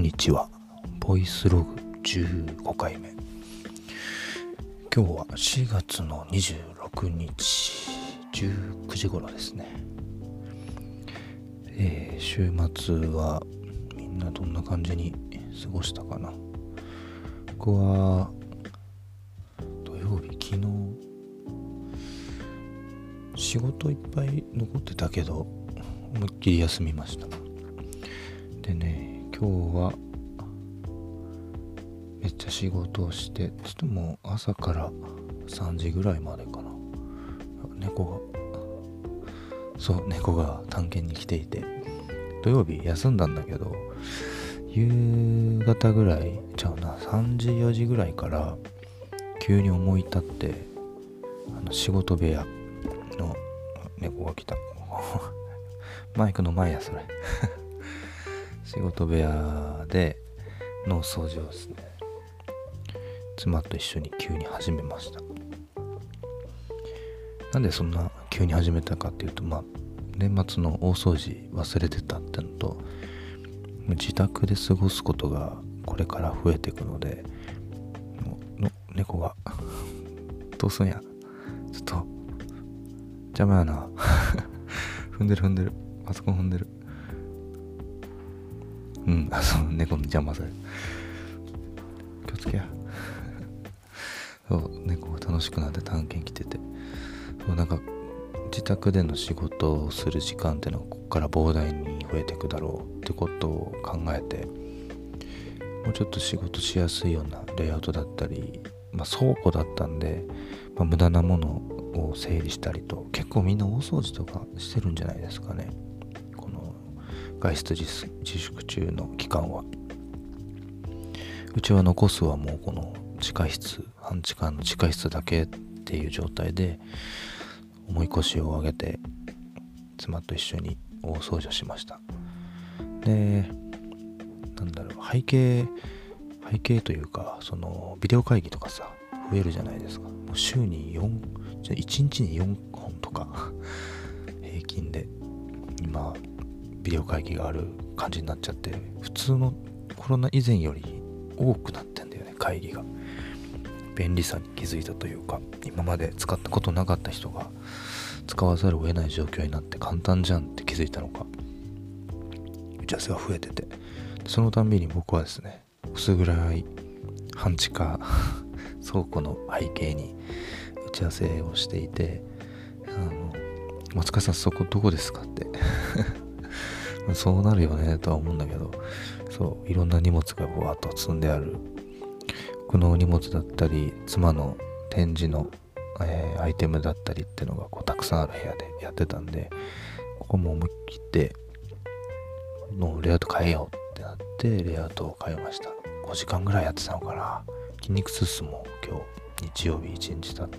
にちは。ボイスログ15回目。今日は4月の26日19時頃ですね。週末はみんなどんな感じに過ごしたかな。僕は土曜日、昨日仕事いっぱい残ってたけど思いっきり休みました。でね、今日はめっちゃ仕事をして、ちょっともう朝から3時ぐらいまでかな。猫が探検に来ていて、土曜日休んだんだけど、夕方ぐらいちゃうな、3時4時ぐらいから急に思い立って、仕事部屋の猫が来た。マイクの前やそれ。仕事部屋での掃除をですね、妻と一緒に急に始めました。なんでそんな急に始めたかっていうと、年末の大掃除忘れてたってのと、自宅で過ごすことがこれから増えていくので、猫がどうすんや、ちょっと邪魔やな。踏んでる、パソコン踏んでる。その猫の邪魔される。気をつけや。そう、猫が楽しくなって探検来てて、なんか自宅での仕事をする時間っていうのはここから膨大に増えていくだろうってことを考えて、もうちょっと仕事しやすいようなレイアウトだったり、倉庫だったんで、無駄なものを整理したりと、結構みんな大掃除とかしてるんじゃないですかね、この外出自粛中の期間は。うちは残すはもうこの半地下の地下室だけっていう状態で、重い腰を上げて妻と一緒に大掃除をしました。で、背景というか、そのビデオ会議とかさ、増えるじゃないですか。もう週に1日に4本とか平均で今ビデオ会議がある感じになっちゃって、普通のコロナ以前より多くなってんだよね、会議が。便利さに気づいたというか、今まで使ったことなかった人が使わざるを得ない状況になって、簡単じゃんって気づいたのか、打ち合わせが増えてて、そのたんびに僕はですね、薄暗い半地下倉庫の背景に打ち合わせをしていて、松川さんそこどこですかってそうなるよねとは思うんだけど、そういろんな荷物がぼわっと積んである、僕の荷物だったり妻の展示の、アイテムだったりっていうのがたくさんある部屋でやってたんで、ここも思い切ってのレイアウト変えようってなってレイアウトを変えました。5時間ぐらいやってたのかな。筋肉痛っすもん、今日日曜日1日経って。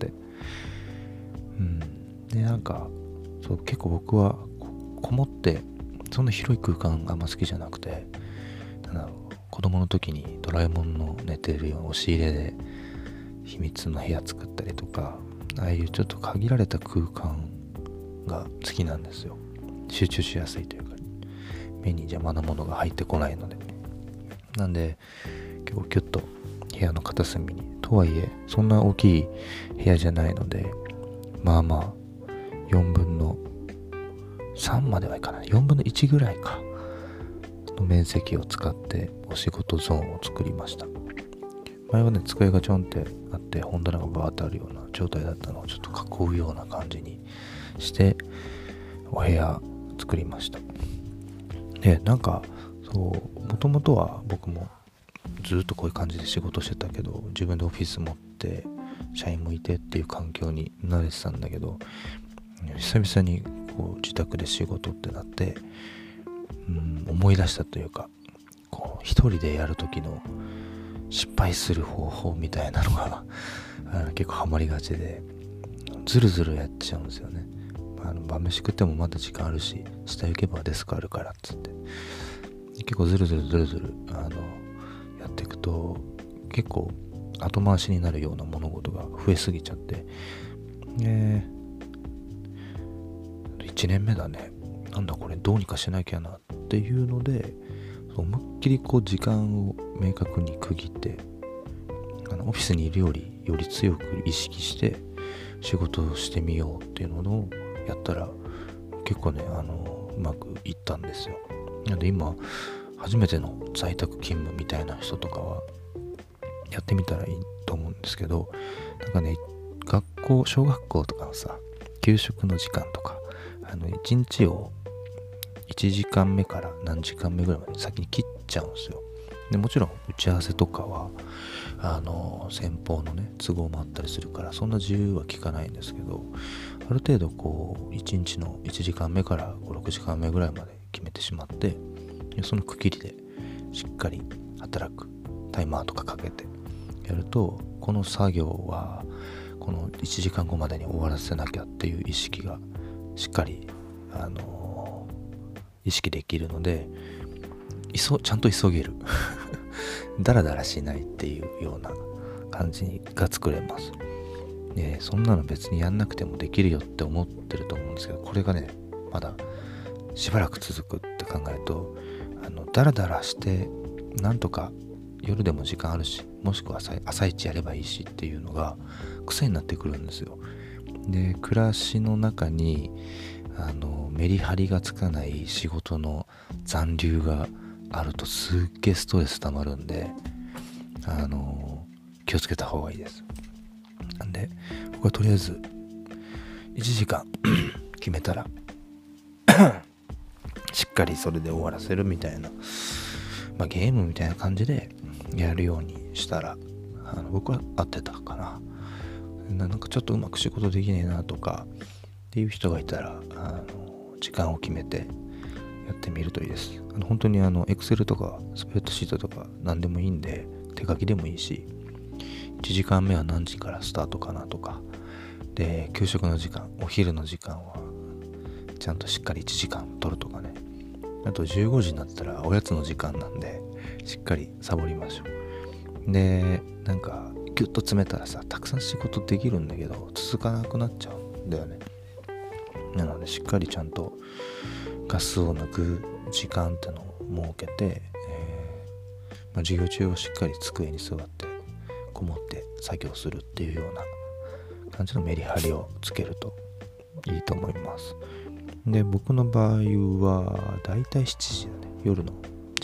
で、結構僕はこもって、そんな広い空間あんま好きじゃなくて、子供の時にドラえもんの寝てるような押し入れで秘密の部屋作ったりとか、ああいうちょっと限られた空間が好きなんですよ。集中しやすいというか、目に邪魔なものが入ってこないので。なんで結構キュッと部屋の片隅に、とはいえそんな大きい部屋じゃないので、4分の3まではいかない、4分の1ぐらいかの面積を使ってお仕事ゾーンを作りました。前はね、机がちょんってあって本棚がバーってあるような状態だったのをちょっと囲うような感じにしてお部屋作りました。で、もともとは僕もずっとこういう感じで仕事してたけど、自分でオフィス持って社員もいてっていう環境に慣れてたんだけど、久々に自宅で仕事ってなって、思い出したというか、一人でやる時の失敗する方法みたいなのが結構ハマりがちで、ずるずるやっちゃうんですよね。晩飯食ってもまだ時間あるし、下行けばデスクあるからっつって、結構ずるずるやっていくと、結構後回しになるような物事が増えすぎちゃって、1年目だね、これどうにかしなきゃなっていうので、 思いっきりこう時間を明確に区切って、オフィスにいるよりより強く意識して仕事をしてみようっていうのをやったら結構ねうまくいったんですよ。なんで今初めての在宅勤務みたいな人とかはやってみたらいいと思うんですけど、なんかね、小学校とかのさ給食の時間とか1日を1時間目から何時間目ぐらいまで先に切っちゃうんですよ。でもちろん打ち合わせとかは先方のね都合もあったりするからそんな自由は効かないんですけど、ある程度こう1日の1時間目から5、6時間目ぐらいまで決めてしまって、その区切りでしっかり働くタイマーとかかけてやると、この作業はこの1時間後までに終わらせなきゃっていう意識がしっかり意識できるので、ちゃんと急げるダラダラしないっていうような感じが作れます。でそんなの別にやんなくてもできるよって思ってると思うんですけど、これがねまだしばらく続くって考えるとダラダラしてなんとか夜でも時間あるし、もしくは朝一やればいいしっていうのが癖になってくるんですよ。で暮らしの中にメリハリがつかない仕事の残留があるとすっげえストレス溜まるんで気をつけた方がいいです。なんで僕はとりあえず1時間決めたらしっかりそれで終わらせるみたいな、ゲームみたいな感じでやるようにしたら僕は合ってたかな。なんかちょっとうまく仕事できねえなとかっていう人がいたら時間を決めてやってみるといいです。本当にExcel とかスプレッドシートとか何でもいいんで、手書きでもいいし、1時間目は何時からスタートかなとかで、給食の時間、お昼の時間はちゃんとしっかり1時間取るとかね。あと15時になったらおやつの時間なんでしっかりサボりましょう。でなんかギュッと詰めたらさ、たくさん仕事できるんだけど続かなくなっちゃうんだよね。なのでしっかりちゃんとガスを抜く時間ってのを設けて、授業中はしっかり机に座ってこもって作業するっていうような感じのメリハリをつけるといいと思います。で僕の場合はだいたい7時だね、夜の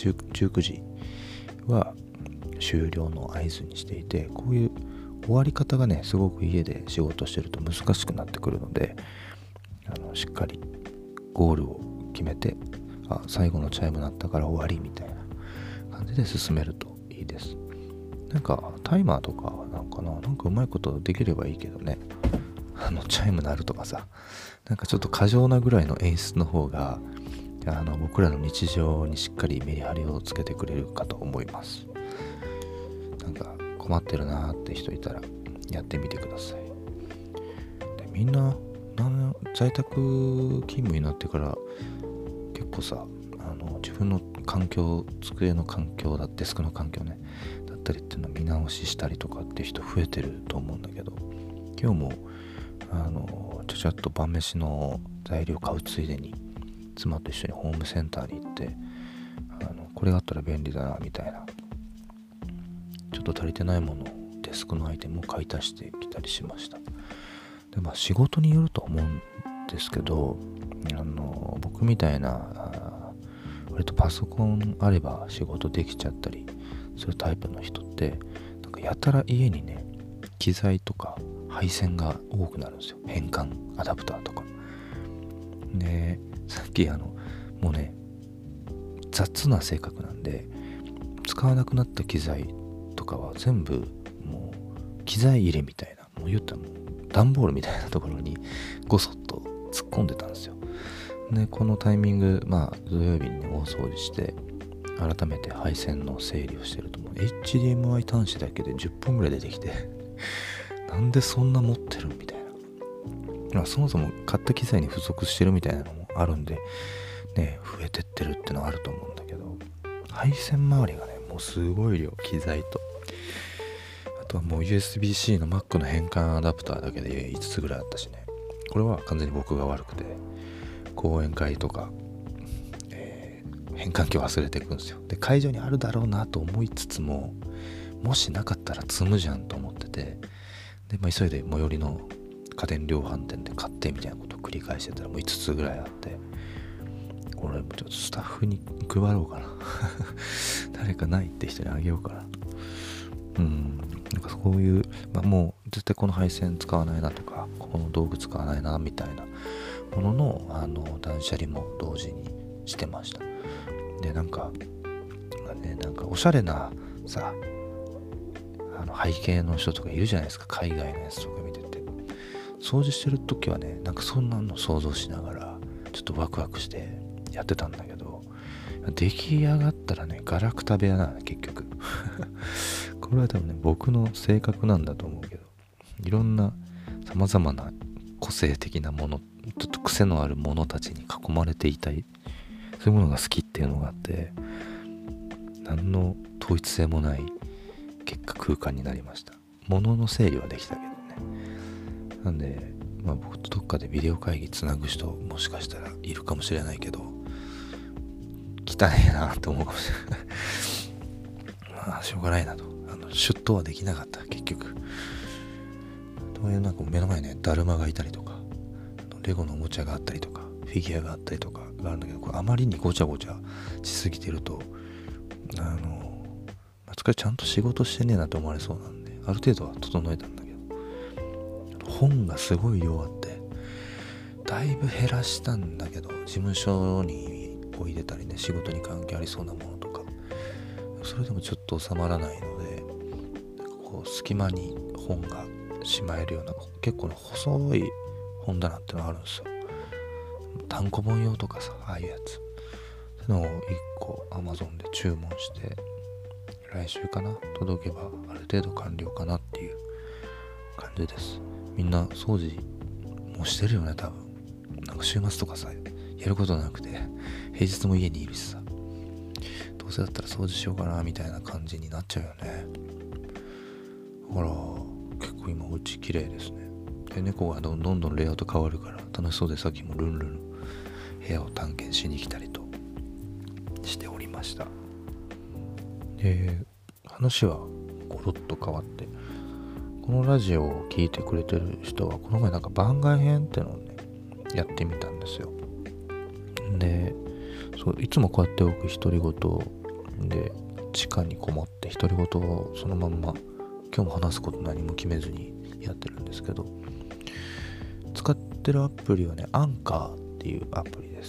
19時は終了の合図にしていて、こういう終わり方がねすごく家で仕事してると難しくなってくるので、しっかりゴールを決めて、最後のチャイム鳴ったから終わりみたいな感じで進めるといいです。なんかタイマーとかなんかうまいことできればいいけどね、チャイム鳴るとかさ、なんかちょっと過剰なぐらいの演出の方が僕らの日常にしっかりメリハリをつけてくれるかと思います。なんか困ってるなーって人いたらやってみてください。でみんな在宅勤務になってから結構さ自分の環境、机の環境デスクの環境ねだったりっていうのを見直ししたりとかって人増えてると思うんだけど、今日もちゃっと晩飯の材料買うついでに妻と一緒にホームセンターに行ってこれがあったら便利だなみたいな、ちょっと足りてないものをデスクのアイテムを買い足してきたりしました。で仕事によると思うんですけど、僕みたいな割とパソコンあれば仕事できちゃったりするタイプの人ってなんかやたら家にね機材とか配線が多くなるんですよ。変換アダプターとかで、さっきもうね雑な性格なんで使わなくなった機材とかは全部もう機材入れみたいな、もう言ったらもう段ボールみたいなところにごそっと突っ込んでたんですよ。でこのタイミング土曜日に、ね、大掃除して改めて配線の整理をしてるともう HDMI 端子だけで10本ぐらい出てきてなんでそんな持ってるみたいな、そもそも買った機材に付属してるみたいなのもあるんでね、増えてってるってのはあると思うんだけど、配線周りがねもうすごい量、機材とあとはもう USB-C の Mac の変換アダプターだけで5つぐらいあったしね、これは完全に僕が悪くて講演会とか、 変換器を忘れていくんですよ。で会場にあるだろうなと思いつつも、もしなかったら積むじゃんと思ってて、で、急いで最寄りの家電量販店で買ってみたいなことを繰り返してたら、もう5つぐらいあって、これもちょっとスタッフに配ろうかな誰かないって人にあげようかな。なんかそういう、もう絶対この配線使わないなとか、ここの道具使わないなみたいなものの断捨離も同時にしてました。でなんかおしゃれなさ、背景の人とかいるじゃないですか、海外のやつとか見てて、掃除してる時はね、なんかそんなの想像しながらちょっとワクワクしてやってたんだけど、出来上がったらね、ガラクタ部屋なの結局これは多分ね、僕の性格なんだと思うけど、いろんな様々な個性的なもの、ちょっと癖のあるものたちに囲まれていたい、そういうものが好きっていうのがあって、何の統一性もない結果空間になりました。物の整理はできたけどね。なんで僕とどっかでビデオ会議つなぐ人もしかしたらいるかもしれないけど、汚いなと思うかもしれないしょうがないなと。出頭はできなかった結局。なんか目の前ね、だるまがいたりとか、レゴのおもちゃがあったりとか、フィギュアがあったりとかがあるんだけど、これあまりにごちゃごちゃしすぎてると、ちゃんと仕事してねえなと思われそうなんで、ある程度は整えたんだけど、本がすごい量あって、だいぶ減らしたんだけど、事務所に置いてたりね、仕事に関係ありそうなものとか、それでもちょっと収まらないので、隙間に本がしまえるような結構細い本棚ってのがあるんですよ。単行本用とかさ、ああいうやつ、そういうのを1個 Amazon で注文して、来週かな、届けばある程度完了かなっていう感じです。みんな掃除もしてるよね多分。なんか週末とかさ、やることなくて平日も家にいるしさ、どうせだったら掃除しようかなみたいな感じになっちゃうよね。だから結構今お家綺麗ですね。で猫がどんどんレイアウト変わるから楽しそうで、さっきもルンルン部屋を探検しに来たりとしておりました。話はゴロッと変わって、このラジオを聞いてくれてる人はこの前なんか番外編ってのをねやってみたんですよ。で、いつもこうやって僕独り言で地下にこもって独り言をそのまんま今日も話すこと何も決めずにやってるんですけど、使ってるアプリはね、アンカーっていうアプリです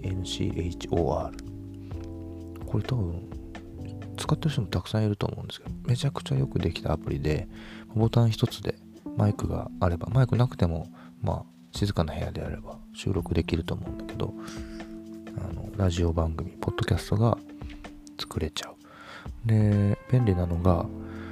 。ANCHOR。これ多分使ってる人もたくさんいると思うんですけど、めちゃくちゃよくできたアプリで、ボタン一つでマイクがあれば、マイクなくても静かな部屋であれば収録できると思うんだけど、ラジオ番組ポッドキャストが作れちゃう。で便利なのが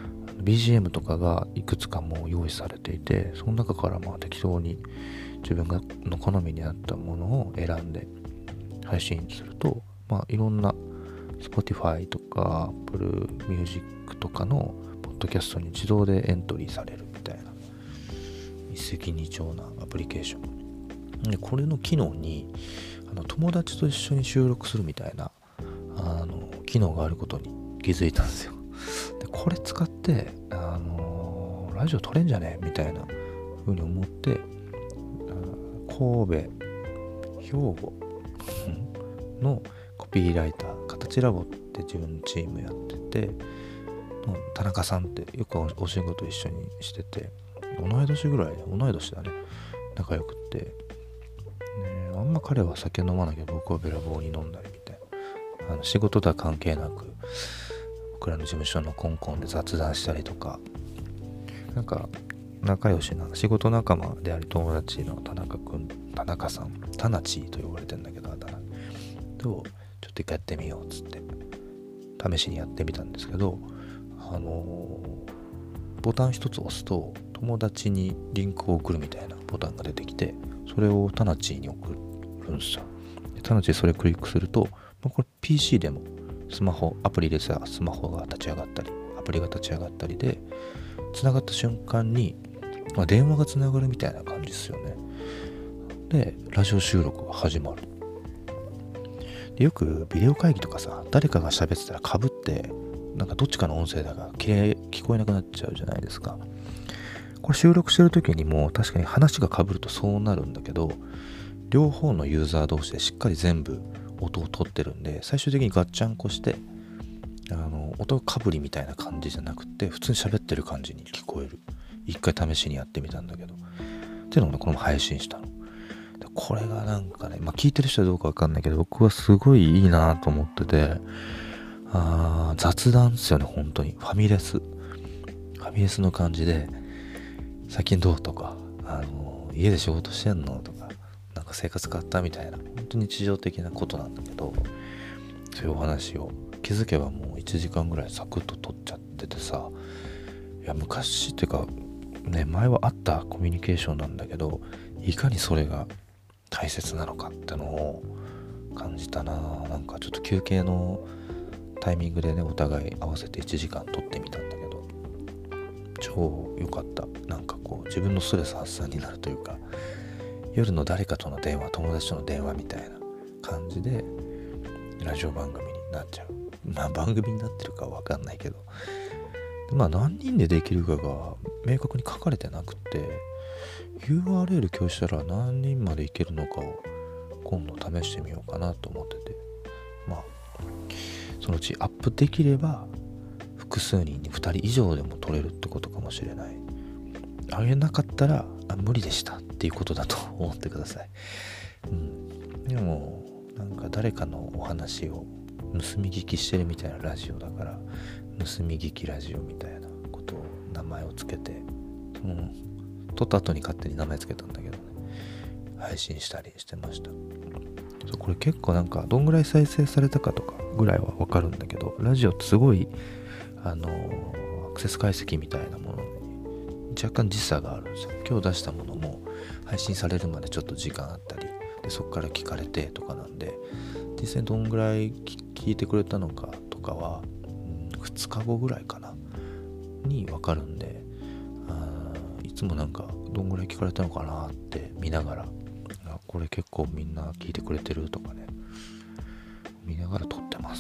BGM とかがいくつかもう用意されていて、その中から適当に自分の好みに合ったものを選んで配信すると、いろんなSpotify とか Apple Music とかのポッドキャストに自動でエントリーされるみたいな一石二鳥なアプリケーションで、これの機能に友達と一緒に収録するみたいな機能があることに気づいたんですよ。でこれ使ってラジオ撮れんじゃねみたいな風に思って、神戸兵庫のコピーライター形ラボって自分のチームやってて、田中さんってよくお仕事一緒にしてて、同い年だね、仲良くって、あんま彼は酒飲まなきゃ僕はべらぼうに飲んだりみたいな、仕事とは関係なく僕らの事務所のコンコンで雑談したりとか、なんか仲良しな仕事仲間であり友達の田中さん、タナチーと呼ばれてんだけど、とちょっと一回やってみようっつって試しにやってみたんですけど、ボタン一つ押すと友達にリンクを送るみたいなボタンが出てきて、それをタナチーに送るんですよ。でタナチーそれクリックすると、これ PC でもアプリでさ、スマホが立ち上がったりアプリが立ち上がったりで、繋がった瞬間に、電話が繋がるみたいな感じですよね。でラジオ収録が始まる。 でよくビデオ会議とかさ、誰かが喋ってたらかぶって、なんかどっちかの音声だが聞こえなくなっちゃうじゃないですか。これ収録してる時にも確かに話がかぶるとそうなるんだけど、両方のユーザー同士でしっかり全部音を取ってるんで、最終的にガッチャンコして音かぶりみたいな感じじゃなくて、普通に喋ってる感じに聞こえる。一回試しにやってみたんだけど、っていうのをね、この配信したの。でこれがなんかね、聞いてる人はどうかわかんないけど、僕はすごいいいなと思ってて、雑談ですよね、本当に。ファミレスの感じで、最近どうとか、家で仕事してんのとか、なんか生活変わったみたいな、本当に日常的なことなんだけど、そういうお話を気づけばもう1時間ぐらいサクッと撮っちゃっててさ、いや昔っていうかね、前はあったコミュニケーションなんだけど、いかにそれが大切なのかってのを感じたな。なんかちょっと休憩のタイミングでね、お互い合わせて1時間撮ってみたんだけど、超良かった。なんかこう自分のストレス発散になるというか、夜の誰かとの電話、友達との電話みたいな感じでラジオ番組になっちゃう。番組になってるかは分かんないけど、何人でできるかが明確に書かれてなくて、 URL 共有したら何人までいけるのかを今度試してみようかなと思ってて、そのうちアップできれば複数人に2人以上でも取れるってことかもしれない。あげなかったら無理でしたっていうことだと思ってください。でもなんか誰かのお話を盗み聞きしてるみたいなラジオだから、盗み聞きラジオみたいなことを名前をつけて、撮った後に勝手に名前つけたんだけどね、配信したりしてました。これ結構なんかどんぐらい再生されたかとかぐらいはわかるんだけど、ラジオってすごいアクセス解析みたいなものに若干時差があるんですよ。今日出したものも配信されるまでちょっと時間あったりで、そこから聞かれてとかなんで、実際どんぐらい聞いてくれたのかとかは、2日後ぐらいかなに分かるんで、いつもなんかどんぐらい聞かれたのかなって見ながら、これ結構みんな聞いてくれてるとかね、見ながら撮ってます。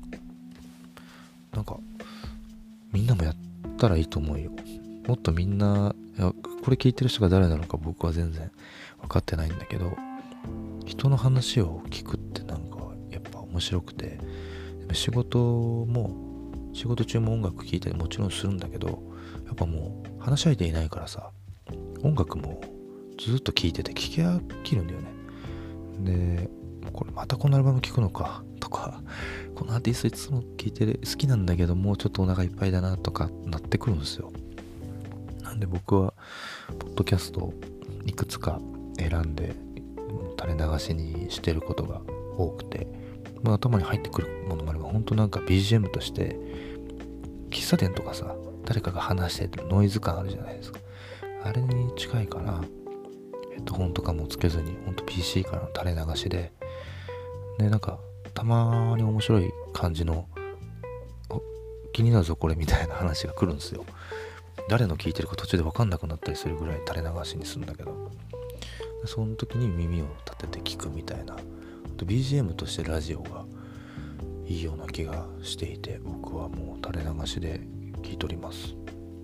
なんかみんなもやったらいいと思うよ。もっとみんな、これ聞いてる人が誰なのか僕は全然分かってないんだけど、人の話を聞くってなんかやっぱ面白くて、仕事中も音楽聴いたりもちろんするんだけど、やっぱもう話し相手いないからさ、音楽もずっと聴いてて聞き飽きるんだよね。で、これまたこのアルバム聴くのかとか、このアーティストいつも聴いてる、好きなんだけどもうちょっとお腹いっぱいだなとかなってくるんですよ。なんで僕はポッドキャストをいくつか選んで垂れ流しにしてることが多くて、頭に入ってくるものもあれば、本当なんか BGM として喫茶店とかさ、誰かが話してるノイズ感あるじゃないですか。あれに近いから、ヘッドホンとかもつけずに、ほんと PC からの垂れ流しで、なんかたまに面白い感じの、気になるぞこれみたいな話が来るんですよ。誰の聞いてるか途中で分かんなくなったりするぐらい垂れ流しにするんだけど、その時に耳を立てて聞くみたいな、BGM としてラジオがいいような気がしていて、僕はもう垂れ流しで聞いております。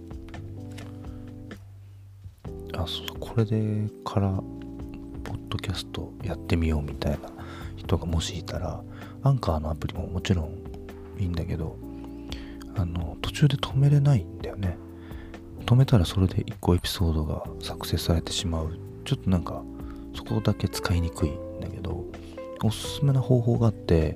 これでからポッドキャストやってみようみたいな人がもしいたら、アンカーのアプリももちろんいいんだけど、途中で止めれないんだよね。止めたらそれで1個エピソードが作成されてしまう。ちょっとなんかそこだけ使いにくいんだけど、おすすめな方法があって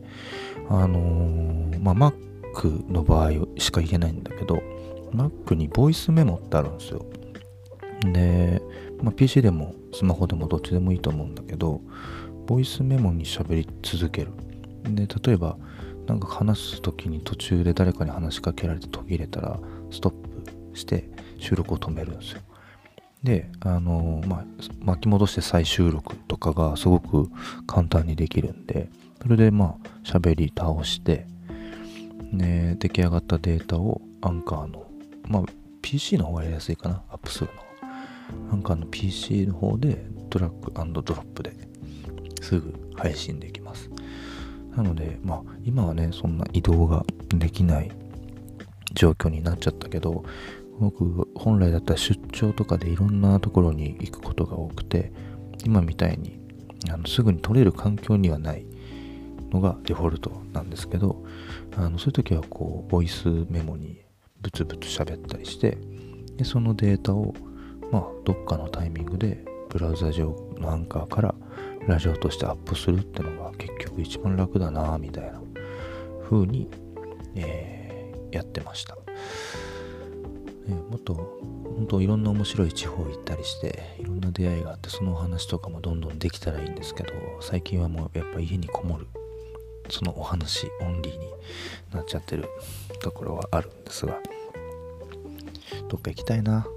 、Mac の場合しか入れないんだけど、Mac にボイスメモってあるんですよ。で、PC でもスマホでもどっちでもいいと思うんだけど、ボイスメモに喋り続ける。で、例えばなんか話す時に途中で誰かに話しかけられて途切れたらストップして収録を止めるんですよ。で、巻き戻して再収録とかがすごく簡単にできるんで、それで喋り倒して、出来上がったデータをアンカーの、PC の方がやりやすいかな、アップするのは。アンカーの PC の方でドラッグ&ドロップですぐ配信できます。 なので今はねそんな移動ができない状況になっちゃったけど、僕本来だったら出張とかでいろんなところに行くことが多くて、今みたいにすぐに取れる環境にはないのがデフォルトなんですけど、そういう時はボイスメモにブツブツ喋ったりして、でそのデータをどっかのタイミングでブラウザ上のアンカーからラジオとしてアップするってのが結局一番楽だなみたいな風に、やってました。もっと本当いろんな面白い地方行ったりしていろんな出会いがあって、そのお話とかもどんどんできたらいいんですけど、最近はもうやっぱ家にこもるそのお話オンリーになっちゃってるところはあるんですが、どっか行きたいな。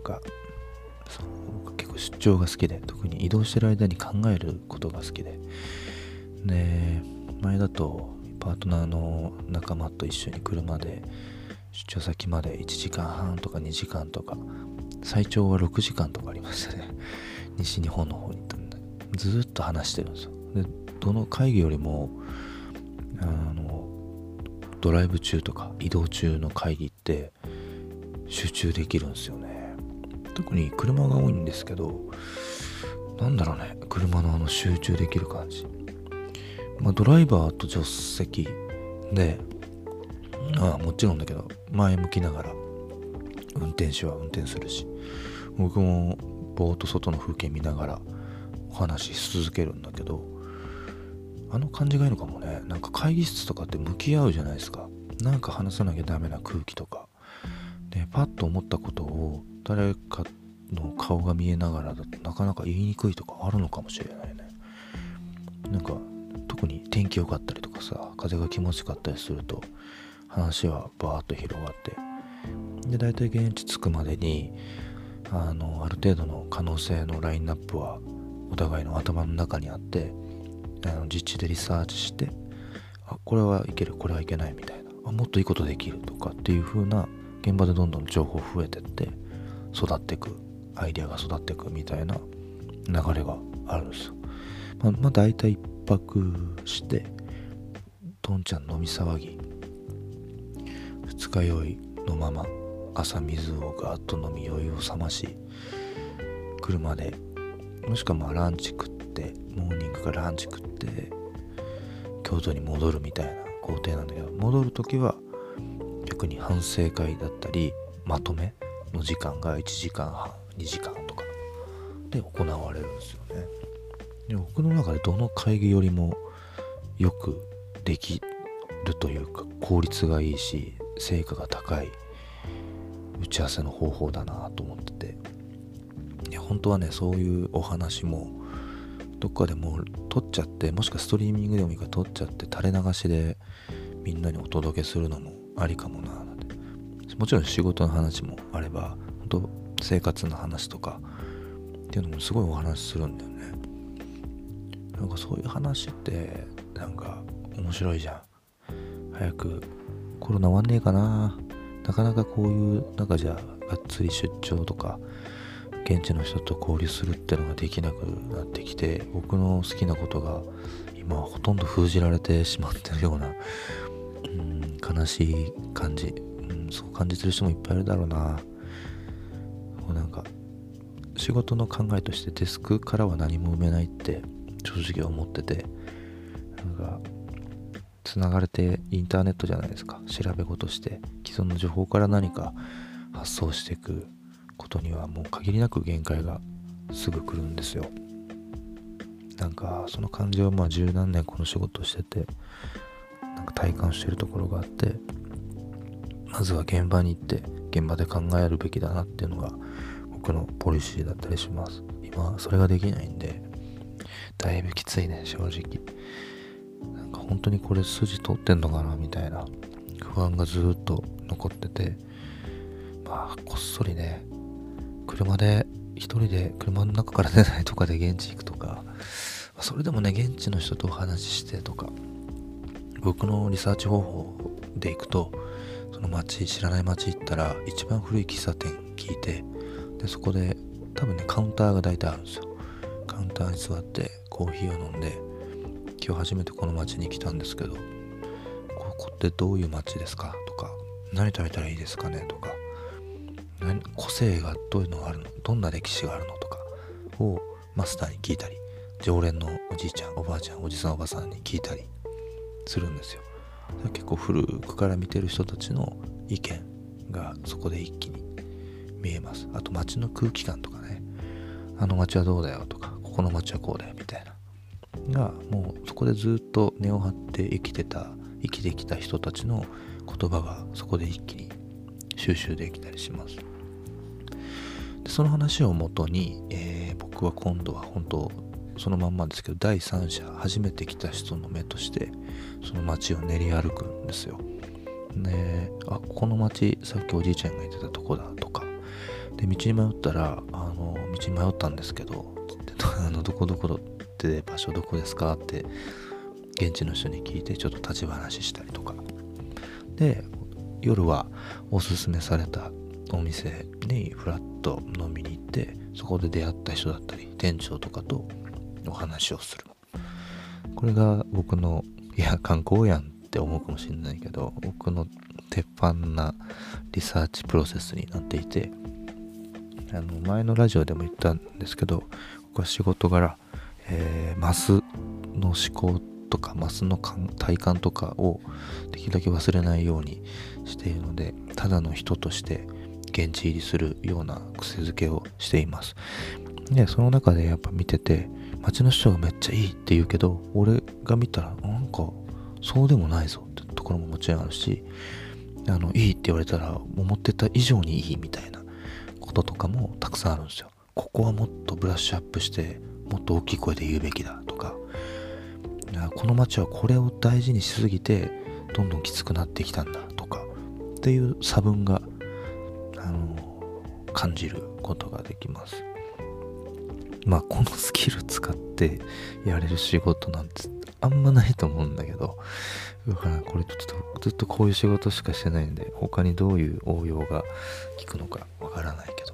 結構出張が好きで、特に移動してる間に考えることが好きで、前だとパートナーの仲間と一緒に車で出張先まで1時間半とか2時間とか、最長は6時間とかありましたね。西日本の方に行ったんでずっと話してるんですよ。でどの会議よりもドライブ中とか移動中の会議って集中できるんですよね。特に車が多いんですけど、車の集中できる感じ。ドライバーと助手席でもちろんだけど前向きながら運転手は運転するし、僕もぼーっと外の風景見ながらお話し続けるんだけど、感じがいいのかもね。会議室とかって向き合うじゃないですか。話さなきゃダメな空気とかで、パッと思ったことを誰かの顔が見えながらだとなかなか言いにくいとかあるのかもしれないね。特に天気良かったりとかさ、風が気持ちよかったりすると話はバーッと広がって、で大体現地着くまでにある程度の可能性のラインナップはお互いの頭の中にあって、実地でリサーチして、これはいける、これはいけないみたいな、もっといいことできるとかっていう風な、現場でどんどん情報増えてって育っていく、アイデアが育っていくみたいな流れがあるんですよ。大体一泊してどんちゃん飲み騒ぎ、二日酔いのまま朝水をガーッと飲み酔いを覚まし、車でもしくはランチ食って、モーニングからランチ食って京都に戻るみたいな工程なんだけど、戻るときは逆に反省会だったりまとめの時間が1時間半2時間とかで行われるんですよね。で僕の中でどの会議よりもよくできるというか、効率がいいし成果が高い打ち合わせの方法だなと思ってて、本当はねそういうお話もどっかでもう撮っちゃって、もしくはストリーミングでもいいから撮っちゃって垂れ流しでみんなにお届けするのもありかもななんて。もちろん仕事の話もあれば、本当生活の話とかっていうのもすごいお話しするんだよね。そういう話って面白いじゃん。早くコロナ終わんねえかな。なかなかこういう中じゃがっつり出張とか現地の人と交流するってのができなくなってきて、僕の好きなことが今はほとんど封じられてしまってるような、悲しい感じ、そう感じてる人もいっぱいいるだろうな。仕事の考えとしてデスクからは何も埋めないって正直思ってて、つながれてインターネットじゃないですか。調べ事して既存の情報から何か発想していくことにはもう限りなく限界がすぐ来るんですよ。その感じを十何年この仕事をしてて体感しているところがあって、まずは現場に行って現場で考えるべきだなっていうのが僕のポリシーだったりします。今それができないんでだいぶきついね、正直。本当にこれ筋通ってんのかなみたいな不安がずっと残ってて、こっそりね車で一人で車の中から出ないとかで現地行くとか、それでもね現地の人とお話ししてとか、僕のリサーチ方法で行くと、その知らない街行ったら一番古い喫茶店聞いて、でそこで多分ねカウンターが大体あるんですよ。カウンターに座ってコーヒーを飲んで今日初めてこの町に来たんですけど、ここってどういう町ですかとか、何食べたらいいですかねとか、個性がどういうのがあるの、どんな歴史があるのとかをマスターに聞いたり、常連のおじいちゃんおばあちゃんおじさんおばさんに聞いたりするんですよ。結構古くから見てる人たちの意見がそこで一気に見えます。あと街の空気感とかね、あの街はどうだよとか、ここの街はこうだよみたいなが、もうそこでずっと根を張って生きてきた人たちの言葉がそこで一気に収集できたりします。でその話をもとに、僕は今度は本当そのまんまですけど、第三者、初めて来た人の目としてその街を練り歩くんですよ。で、ここの街さっきおじいちゃんが言ってたとこだとかで、道に迷ったら道に迷ったんですけどどこって場所どこですかって現地の人に聞いてちょっと立ち話したりとかで、夜はおすすめされたお店にフラッと飲みに行って、そこで出会った人だったり店長とかとお話をする。これが僕の観光やんって思うかもしれないけど、僕の鉄板なリサーチプロセスになっていて、前のラジオでも言ったんですけど、僕は仕事柄、マスの思考とかマスの体感とかをできるだけ忘れないようにしているので、ただの人として現地入りするような癖づけをしています。でその中でやっぱ見てて、街の人がめっちゃいいって言うけど、俺が見たらなんかそうでもないぞってところももちろんあるし、いいって言われたら思ってた以上にいいみたいなこととかもたくさんあるんですよ。ここはもっとブラッシュアップしてもっと大きい声で言うべきだとか、この街はこれを大事にしすぎてどんどんきつくなってきたんだとかっていう差分が感じることができます。このスキル使ってやれる仕事なんてあんまないと思うんだけど、だからこれちょっとずっとこういう仕事しかしてないんで、他にどういう応用が効くのかわからないけ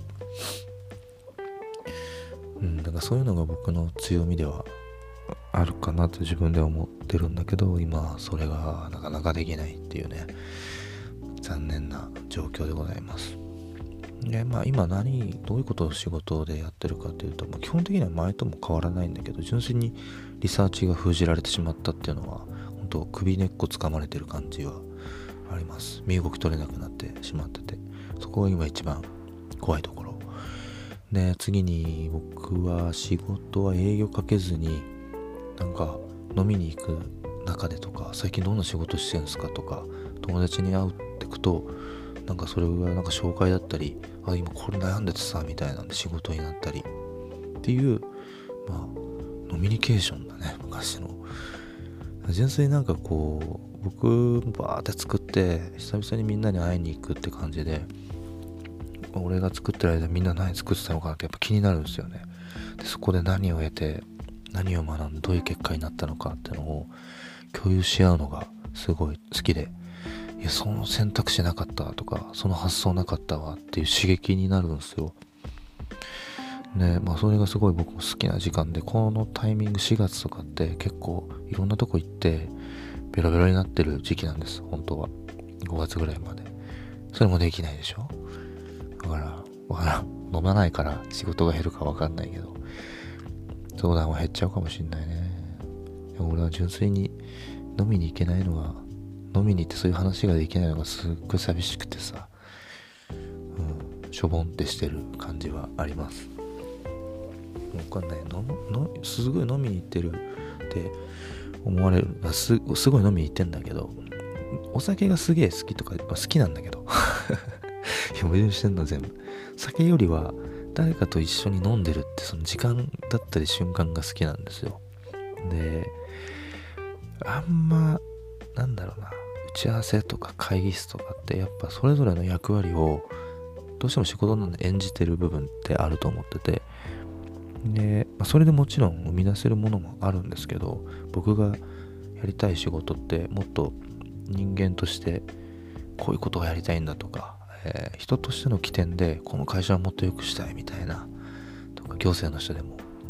ど、だからそういうのが僕の強みではあるかなと自分では思ってるんだけど、今それがなかなかできないっていうね、残念な状況でございます。で今どういうことを仕事でやってるかというと、基本的には前とも変わらないんだけど、純粋にリサーチが封じられてしまったっていうのは本当首根っこ掴まれてる感じはあります。身動き取れなくなってしまってて、そこが今一番怖いところで、次に僕は仕事は営業かけずに飲みに行く中でとか、最近どんな仕事してるんですかとか、友達に会ってくとそれが紹介だったり、今これ悩んでてさみたいなんで仕事になったりっていうノミニケーションだね、昔の。純粋に僕バーって作って久々にみんなに会いに行くって感じで、俺が作ってる間みんな何作ってたのかなってやっぱ気になるんですよね。でそこで何を得て何を学んでどういう結果になったのかっていうのを共有し合うのがすごい好きで、その選択肢なかったとか、その発想なかったわっていう刺激になるんですよ。でそれがすごい僕も好きな時間で、このタイミング4月とかって結構いろんなとこ行ってベロベロになってる時期なんです。本当は5月ぐらいまで。それもできないでしょ。だから飲まないから仕事が減るか分かんないけど、相談は減っちゃうかもしんないね。でも俺は純粋に飲みに行けないのが、飲みに行ってそういう話ができないのがすっごい寂しくてさ、しょぼんってしてる感じはあります。わかんない、すごい飲みに行ってるって思われる、すごい飲みに行ってんだけど、お酒がすげえ好きとか、好きなんだけど矛盾してんの全部。酒よりは誰かと一緒に飲んでるってその時間だったり瞬間が好きなんですよ。であんま打ち合わせとか会議室とかってやっぱそれぞれの役割をどうしても仕事なんで演じてる部分ってあると思ってて、で、それでもちろん生み出せるものもあるんですけど、僕がやりたい仕事ってもっと人間としてこういうことがやりたいんだとか、人としての起点でこの会社をもっと良くしたいみたいなとか、行政の人でも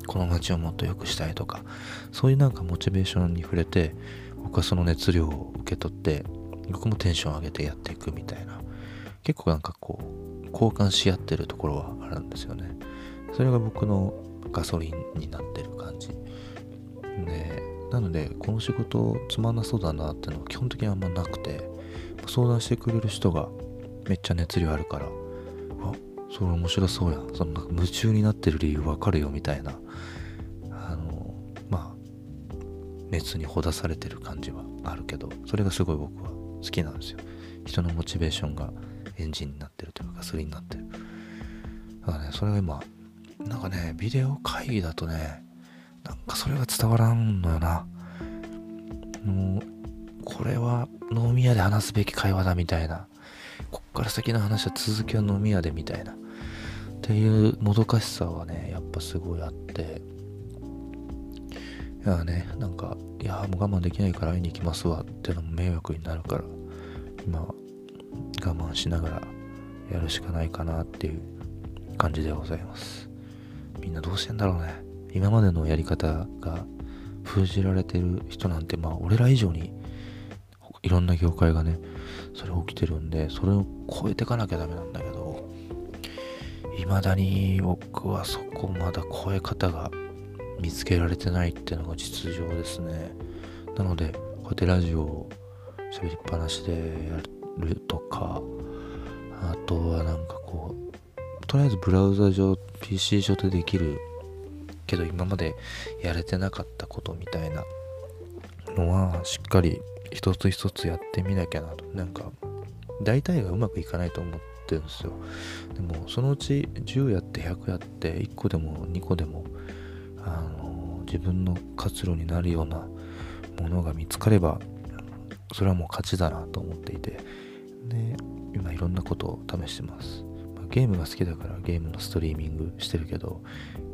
この街をもっと良くしたいとか、そういうなんかモチベーションに触れて、僕はその熱量を受け取って僕もテンション上げてやっていくみたいな、結構なんかこう交換し合ってるところはあるんですよね。それが僕のガソリンになってる感じで、なのでこの仕事つまんなそうだなっていうのは基本的にあんまなくて、相談してくれる人がめっちゃ熱量あるから、あ、それ面白そうやん、そんな夢中になってる理由わかるよみたいな、まあ熱にほだされてる感じはあるけど、それがすごい僕は好きなんですよ。人のモチベーションがエンジンになってるというかガソリンになってる。だからね、それが今なんかね、ビデオ会議だとね、なんかそれが伝わらんのよな。もうこれは飲み屋で話すべき会話だみたいな、こっから先の話は続きは飲み屋でみたいなっていうもどかしさはね、やっぱすごいあって、いやね、なんかいやもう我慢できないから会いに行きますわっていうのも迷惑になるから、今は我慢しながらやるしかないかなっていう感じでございます。みんなどうしてんだろうね。今までのやり方が封じられてる人なんて、まあ俺ら以上にいろんな業界がねそれ起きてるんで、それを超えてかなきゃダメなんだけど、未だに僕はそこまだ超え方が見つけられてないっていうのが実情ですね。なのでこうやってラジオを喋りっぱなしでやるとか、あとはなんかこうとりあえずブラウザ上 PC 上でできるけど今までやれてなかったことみたいなのはしっかり一つ一つやってみなきゃなと。なんか大体がうまくいかないと思ってるんですよ。でもそのうち10やって100やって1個でも2個でも自分の活路になるようなものが見つかれば、それはもう勝ちだなと思っていて、で今いろんなことを試してます。ゲームが好きだからゲームのストリーミングしてるけど、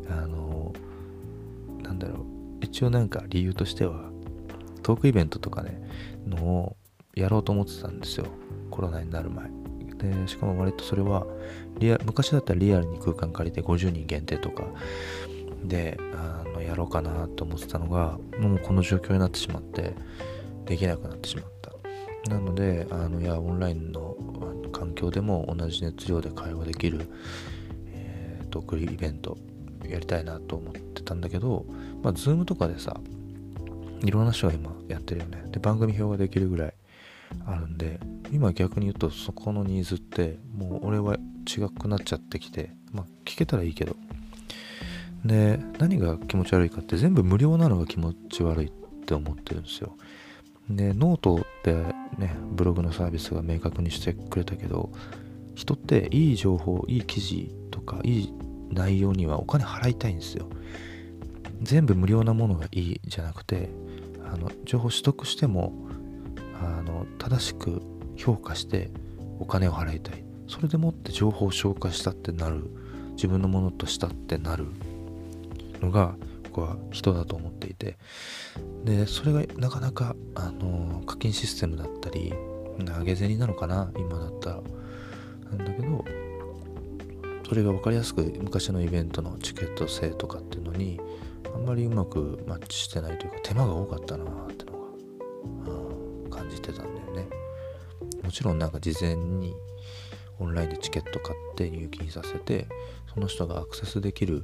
なんだろう、一応なんか理由としてはトークイベントとかねのをやろうと思ってたんですよ、コロナになる前で。しかも割とそれは昔だったらリアルに空間借りて50人限定とかでやろうかなと思ってたのが、もうこの状況になってしまってできなくなってしまった。なのでいやオンラインの環境でも同じ熱量で会話できる、トークイベントやりたいなと思ってたんだけど、ズームとかでさいろんな人が今やってるよね。で番組表ができるぐらいあるんで、今逆に言うとそこのニーズってもう俺は違くなっちゃってきて、聞けたらいいけど、で何が気持ち悪いかって全部無料なのが気持ち悪いって思ってるんですよ。でノートってねブログのサービスが明確にしてくれたけど、人っていい情報、いい記事とかいい内容にはお金払いたいんですよ。全部無料なものがいいじゃなくて、情報取得しても正しく評価してお金を払いたい。それでもって情報を消化したってなる、自分のものとしたってなるのが僕は人だと思っていて、でそれがなかなか課金システムだったり投げ銭なのかな今だったらなんだけど、それが分かりやすく昔のイベントのチケット制とかっていうのにあんまりうまくマッチしてないというか、手間が多かったなってのが、感じてたんだよね。もちろんなんか事前にオンラインでチケット買って入金させて、その人がアクセスできる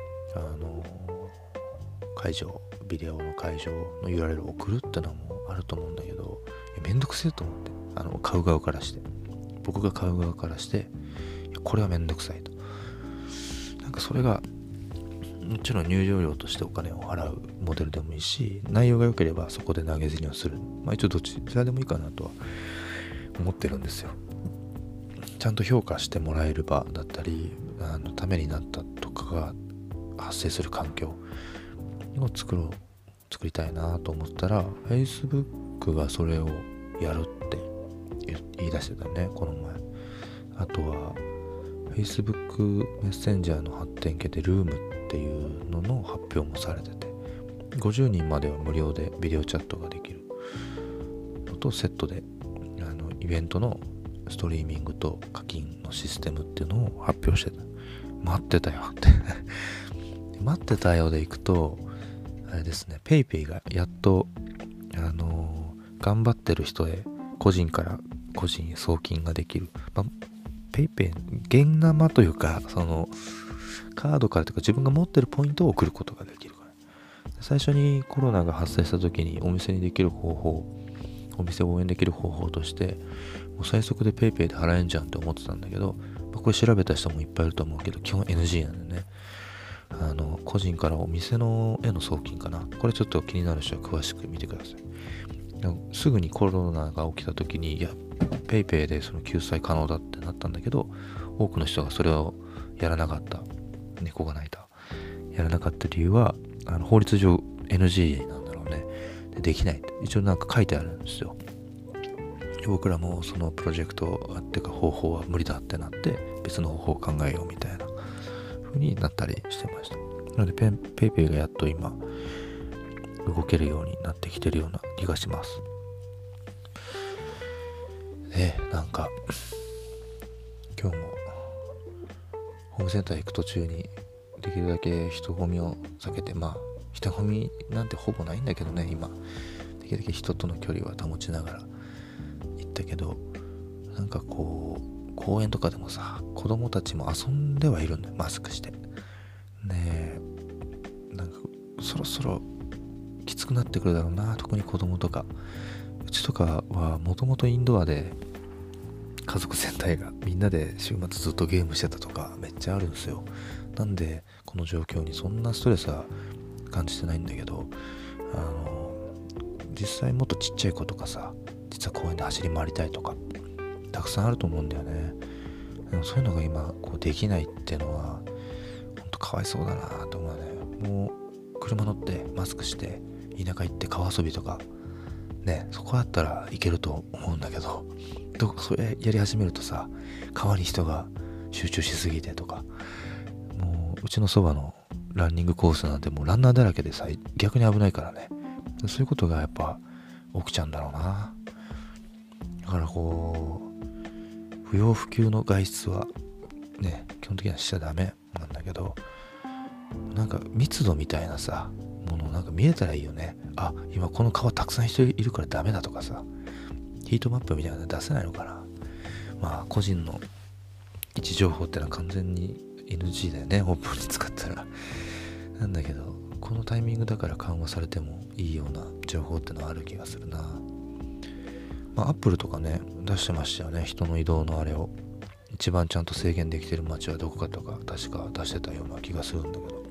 会場、ビデオの会場の URL を送るってのもあると思うんだけど、めんどくせえと思って、買う側からして、僕が買う側からして、これはめんどくさいと。なんかそれがもちろん入場料としてお金を払うモデルでもいいし、内容が良ければそこで投げ銭をする、一応どちらでもいいかなとは思ってるんですよ。ちゃんと評価してもらえる場だったりためになったとかが発生する環境を作りたいなと思ったら、 Facebook がそれをやるって言い出してたね、この前。あとは Facebook メッセンジャーの発展系でルームっていうのの発表もされてて、50人までは無料でビデオチャットができるのとセットでイベントのストリーミングと課金のシステムっていうのを発表してた。待ってたよって待ってたようで行くとあれですね、ペイペイがやっと頑張ってる人へ個人から個人へ送金ができる、ペイペイ現生というかそのカードからというか自分が持ってるポイントを送ることができるから。最初にコロナが発生した時にお店にできる方法、お店を応援できる方法としてもう最速でペイペイで払えんじゃんって思ってたんだけど、これ調べた人もいっぱいいると思うけど基本 NG なんだよね。個人からお店のへの送金かな。これちょっと気になる人は詳しく見てください。すぐにコロナが起きた時にペイペイでその救済可能だってなったんだけど、多くの人がそれをやらなかった。猫が鳴いた。やらなかった理由は法律上 NG なんだろうね。できないって一応なんか書いてあるんですよ。僕らもそのプロジェクトっていうか方法は無理だってなって別の方法を考えようみたいな風になったりしてました。なのでペイペイがやっと今動けるようになってきてるような気がします。なんか今日もホームセンター行く途中にできるだけ人混みを避けて、人混みなんてほぼないんだけどね、今できるだけ人との距離は保ちながら行ったけど、なんかこう公園とかでもさ、子供たちも遊んではいるんだよ、マスクしてね。なんかそろそろきつくなってくるだろうな、特に子供とか。うちとかはもともとインドアで家族全体がみんなで週末ずっとゲームしてたとかめっちゃあるんですよ。なんでこの状況にそんなストレスは感じてないんだけど、実際もっとちっちゃい子とかさ、実は公園で走り回りたいとかたくさんあると思うんだよね。でもそういうのが今こうできないっていうのはほんとかわいそうだなと思うね。もう車乗ってマスクして田舎行って川遊びとかね、そこだったらいけると思うんだけど、それやり始めるとさ、川に人が集中しすぎてとか、もううちのそばのランニングコースなんてもうランナーだらけでさ、逆に危ないからね。そういうことがやっぱ起きちゃうんだろうな。だからこう不要不急の外出はね、基本的にはしちゃダメなんだけど、なんか密度みたいなさものなんか見えたらいいよね。今この川たくさん人いるからダメだとかさ、ヒートマップみたいなの出せないのかな。個人の位置情報ってのは完全に NG だよね、オープンに使ったら。なんだけどこのタイミングだから緩和されてもいいような情報ってのはある気がするな。アップルとかね出してましたよね、人の移動のあれを。一番ちゃんと制限できてる街はどこかとか確か出してたような気がするんだけど、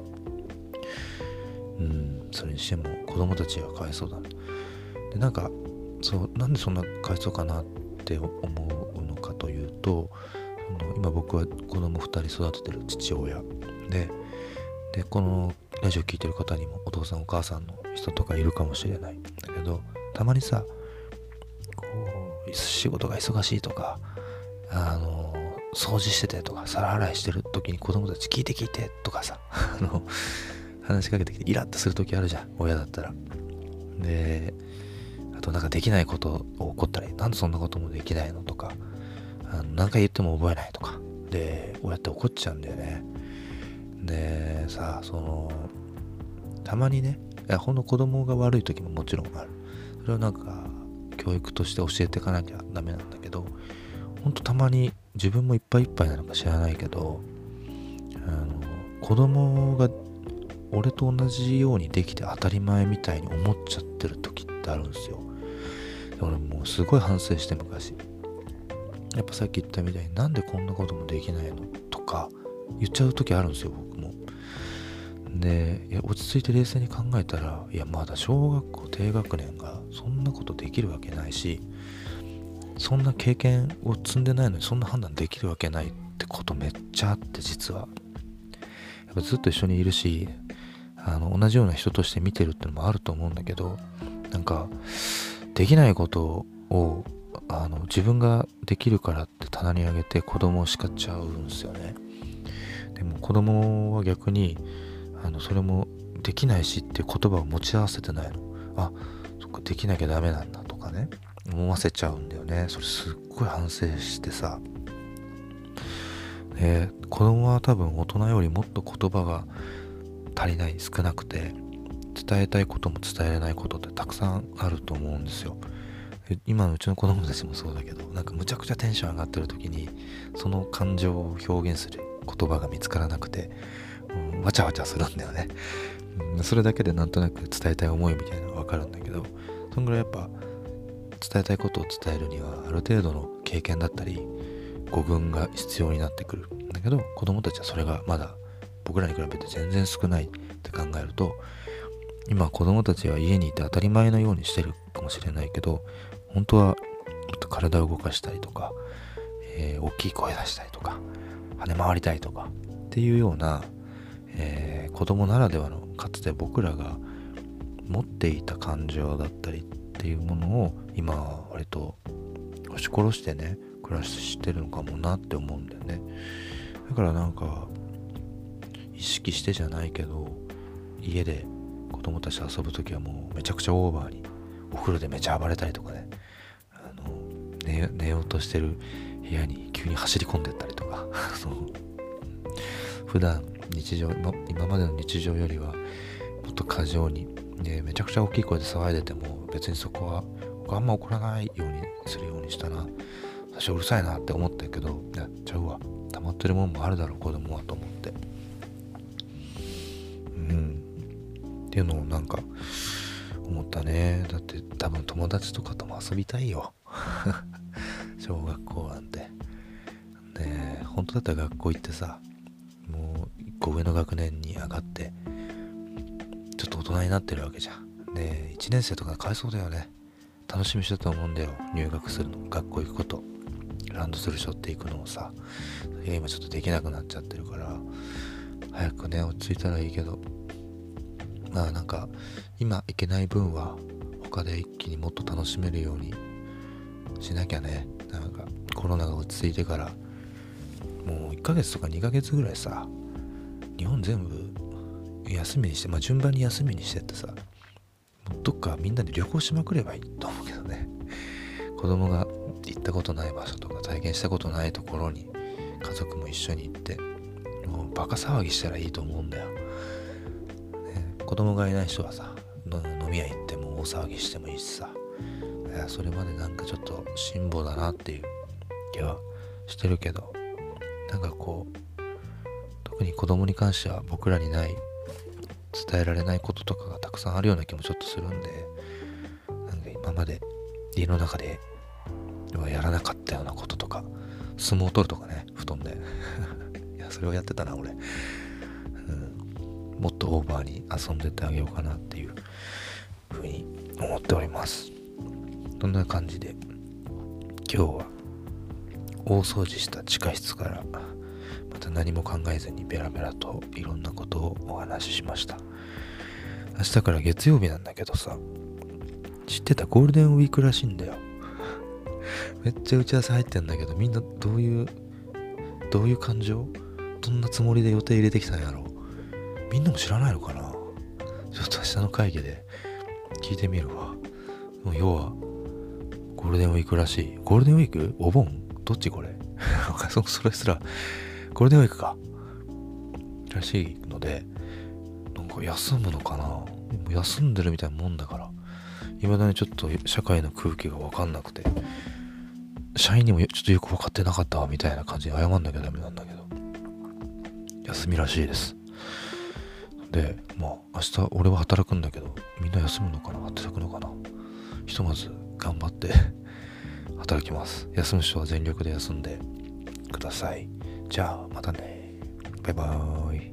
それにしても子供たちはかわいそうだね。でなんでそんなかわいそうかなって思うのかというと、今僕は子供2人育ててる父親で、このラジオ聞いてる方にもお父さんお母さんの人とかいるかもしれないんだけど、たまにさこう仕事が忙しいとか掃除しててとか皿洗いしてる時に子供たち聞いてとかさ話しかけてきてイラッとする時あるじゃん、親だったら。であとなんかできないことを起こったり、なんでそんなこともできないのとか、何回言っても覚えないとかで親って怒っちゃうんだよね。でさ、たまにね、ほんの子供が悪い時ももちろんある。それをなんか教育として教えていかなきゃダメなんだけど、ほんとたまに自分もいっぱいいっぱいなのか知らないけど、子供が俺と同じようにできて当たり前みたいに思っちゃってる時ってあるんですよ。俺もうすごい反省して、昔やっぱさっき言ったみたいになんでこんなこともできないのとか言っちゃう時あるんですよ、僕も。で落ち着いて冷静に考えたら、まだ小学校低学年がそんなことできるわけないし、そんな経験を積んでないのにそんな判断できるわけないってことめっちゃあって、実はやっぱずっと一緒にいるし、同じような人として見てるってのもあると思うんだけど、なんかできないことを自分ができるからって棚に上げて子供を叱っちゃうんですよね。でも子供は逆にそれもできないしっていう言葉を持ち合わせてないの。そっか、できなきゃダメなんだとかね思わせちゃうんだよね。それすっごい反省してさ、子供は多分大人よりもっと言葉が足りない、少なくて、伝えたいことも伝えれないことってたくさんあると思うんですよ。今のうちの子供たちもそうだけど、なんかむちゃくちゃテンション上がってる時にその感情を表現する言葉が見つからなくて、わちゃわちゃするんだよね。それだけでなんとなく伝えたい思いみたいなのがわかるんだけど、そんぐらいやっぱ伝えたいことを伝えるにはある程度の経験だったり語群が必要になってくるんだけど、子供たちはそれがまだ僕らに比べて全然少ないって考えると、今子供たちは家にいて当たり前のようにしてるかもしれないけど、本当はもっと体を動かしたりとか、大きい声出したりとか跳ね回りたいとかっていうような、子供ならではの、かつて僕らが持っていた感情だったりっていうものを今は割と押し殺してね暮らしてるのかもなって思うんだよね。だからなんか意識してじゃないけど、家で子供たちと遊ぶときはもうめちゃくちゃオーバーにお風呂でめちゃ暴れたりとかね、寝ようとしてる部屋に急に走り込んでったりとか普段今までの日常よりはもっと過剰に、めちゃくちゃ大きい声で騒いでても別にそこは僕あんま怒らないようにするようにしたな。最初うるさいなって思ったけど、やっちゃうわ、溜まってるもんもあるだろう子供はと思って、っていうのをなんか思ったね。だって多分友達とかとも遊びたいよ小学校なんてね。本当だったら学校行ってさ、もう一個上の学年に上がってちょっと大人になってるわけじゃん。で1年生とかかわいそうだよね。楽しみにしてたと思うんだよ、入学するの、学校行くこと、ランドセル背負っていくのをさ。いや今ちょっとできなくなっちゃってるから早くね落ち着いたらいいけど、まあなんか今行けない分は他で一気にもっと楽しめるようにしなきゃね。なんかコロナが落ち着いてからもう1ヶ月とか2ヶ月ぐらいさ、日本全部休みにして、順番に休みにしてってさ、どっかみんなで旅行しまくればいいと思うけどね。子供が行ったことない場所とか体験したことないところに家族も一緒に行ってもうバカ騒ぎしたらいいと思うんだよ、子供がいない人はさ飲み屋行っても大騒ぎしてもいいしさ、それまでなんかちょっと辛抱だなっていう気はしてるけど、なんかこう特に子供に関しては僕らにない伝えられないこととかがたくさんあるような気もちょっとするんで、なんか今まで家の中ではやらなかったようなこととか、相撲を取るとかね、布団でいやそれをやってたな俺、もっとオーバーに遊んでってあげようかなっていうふうに思っております。そんな感じで今日は大掃除した地下室からまた何も考えずにベラベラといろんなことをお話ししました。明日から月曜日なんだけどさ、知ってた？ゴールデンウィークらしいんだよめっちゃ打ち合わせ入ってんだけど、みんなどういう感情、どんなつもりで予定入れてきたんやろ。みんなも知らないのかな。ちょっと明日の会議で聞いてみるわ。要はゴールデンウィークらしい。ゴールデンウィーク？お盆？どっちこれそれすらゴールデンウィークからしいので、なんか休むのかな。休んでるみたいなもんだから、未だにちょっと社会の空気が分かんなくて、社員にもちょっとよく分かってなかったわみたいな感じで謝んなきゃダメなんだけど、休みらしいです。で明日俺は働くんだけど、みんな休むのかな、働くのかな。ひとまず頑張って働きます。休む人は全力で休んでください。じゃあまたね、バイバーイ。